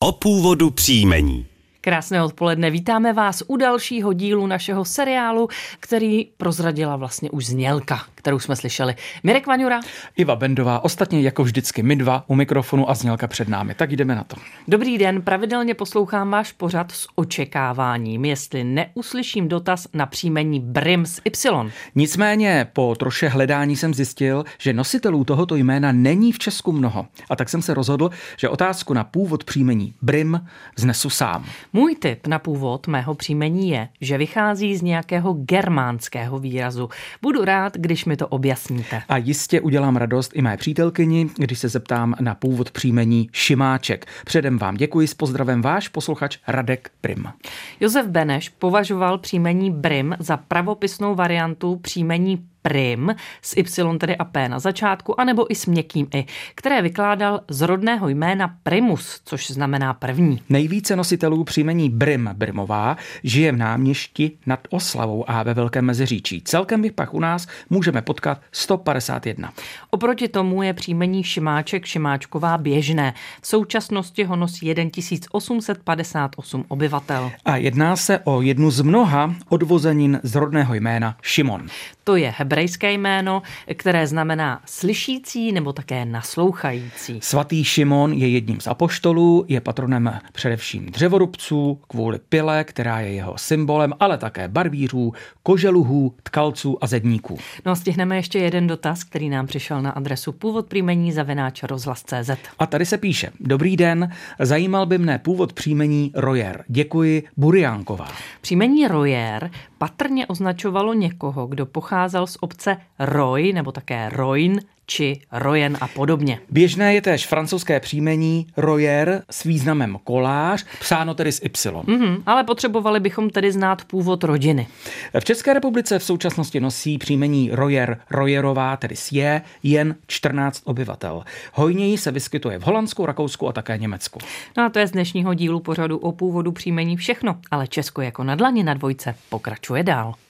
o původu příjmení. Krásné odpoledne, vítáme vás u dalšího dílu našeho seriálu, který prozradila vlastně už znělka, kterou jsme slyšeli. Mirek Vaňura. Iva Bendová, ostatně jako vždycky my dva u mikrofonu a znělka před námi. Tak jdeme na to. Dobrý den, pravidelně poslouchám váš pořad s očekáváním, jestli neuslyším dotaz na příjmení Brim s Y. Nicméně po troše hledání jsem zjistil, že nositelů tohoto jména není v Česku mnoho. A tak jsem se rozhodl, že otázku na původ příjmení Brim vznesu sám. Můj tip na původ mého příjmení je, že vychází z nějakého germánského výrazu. Budu rád, když mi to objasníte. A jistě udělám radost i mé přítelkyni, když se zeptám na původ příjmení Šimáček. Předem vám děkuji, s pozdravem váš posluchač Radek Brim. Josef Beneš považoval příjmení Brim za pravopisnou variantu příjmení Prim s Y tedy a P na začátku, anebo i s měkkým I, které vykládal z rodného jména Primus, což znamená první. Nejvíce nositelů příjmení Brimová žije v Náměšti nad Oslavou a ve Velkém Meziříčí. Celkem bych pak u nás můžeme potkat 151. Oproti tomu je příjmení Šimáčková běžné. V současnosti ho nosí 1858 obyvatel. A jedná se o jednu z mnoha odvozenin z rodného jména Šimon. To je hebrejské jméno, které znamená slyšící nebo také naslouchající. Svatý Šimon je jedním z apoštolů, je patronem především dřevorubců, kvůli pile, která je jeho symbolem, ale také barvířů, koželuhů, tkalců a zedníků. No a stihneme ještě jeden dotaz, který nám přišel na adresu původpříjmení@rozhlas.cz. A tady se píše: Dobrý den, zajímal by mne původ příjmení Rojer. Děkuji, Buriánková. Příjmení Rojer patrně označovalo někoho, kdo pocházel z obce Roy, nebo také Roin, či Rojen a podobně. Běžné je též francouzské příjmení Royer s významem kolář, psáno tedy s Y. Ale potřebovali bychom tedy znát původ rodiny. V České republice v současnosti nosí příjmení Royerová, tedy s J, jen 14 obyvatel. Hojněji se vyskytuje v Holandsku, Rakousku a také Německu. No a to je z dnešního dílu pořadu o původu příjmení všechno, ale Česko jako na dlani na dvojce pokračuje dál.